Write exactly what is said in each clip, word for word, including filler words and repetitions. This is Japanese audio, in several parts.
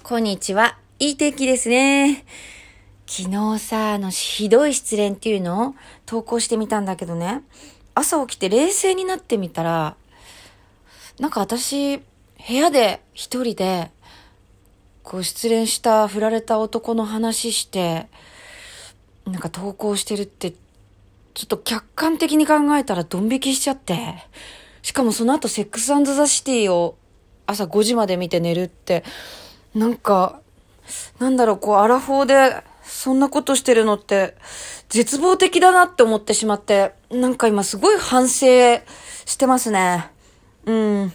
こんにちは。いい天気ですね。昨日さ、あの、ひどい失恋っていうのを投稿してみたんだけどね。朝起きて冷静になってみたら、なんか私、部屋で一人で、こう失恋した、振られた男の話して、なんか投稿してるって、ちょっと客観的に考えたらドン引きしちゃって。しかもその後セックス&ザ・シティを朝ごじまで見て寝るって、なんか、なんだろう、こう、アラフォーで、そんなことしてるのって、絶望的だなって思ってしまって、なんか今すごい反省してますね。うん。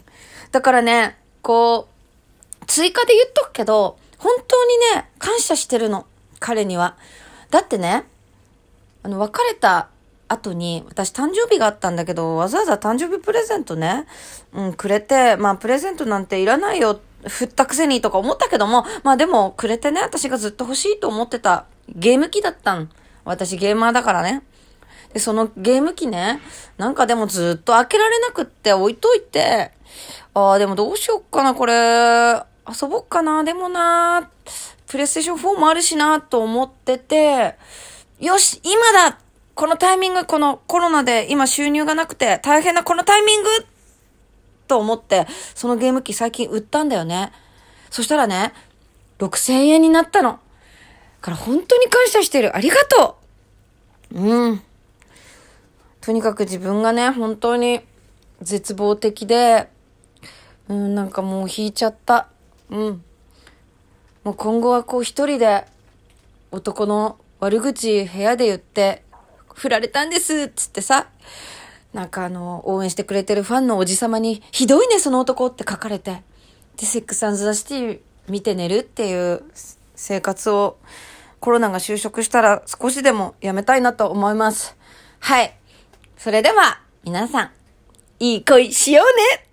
だからね、こう、追加で言っとくけど、本当にね、感謝してるの。彼には。だってね、あの、別れた後に、私誕生日があったんだけど、わざわざ誕生日プレゼントね、うん、くれて、まあ、プレゼントなんていらないよ、振ったくせにとか思ったけども、まあでも、くれてね、私がずっと欲しいと思ってたゲーム機だったん。私ゲーマーだからね。で、そのゲーム機ね、なんかでもずっと開けられなくって置いといて、ああ、でもどうしよっかな、これ、遊ぼっかな、でもな、プレイステーションフォーもあるしな、と思ってて、よし、今だ、このタイミング、このコロナで今収入がなくて大変なこのタイミングと思って、そのゲーム機最近売ったんだよね。そしたらね、ろくせんえんになったの。だから本当に感謝してる。ありがとう。うん。とにかく自分がね、本当に絶望的で、うん、なんかもう引いちゃった。うん。もう今後はこう一人で男の悪口部屋で言って、振られたんですっつってさ、なんかあの、応援してくれてるファンのおじさまに、ひどいねその男って書かれて、で、セックス&ザ・シティ見て寝るっていう生活を、コロナが収束したら少しでもやめたいなと思います。はい。それでは、皆さん、いい恋しようね。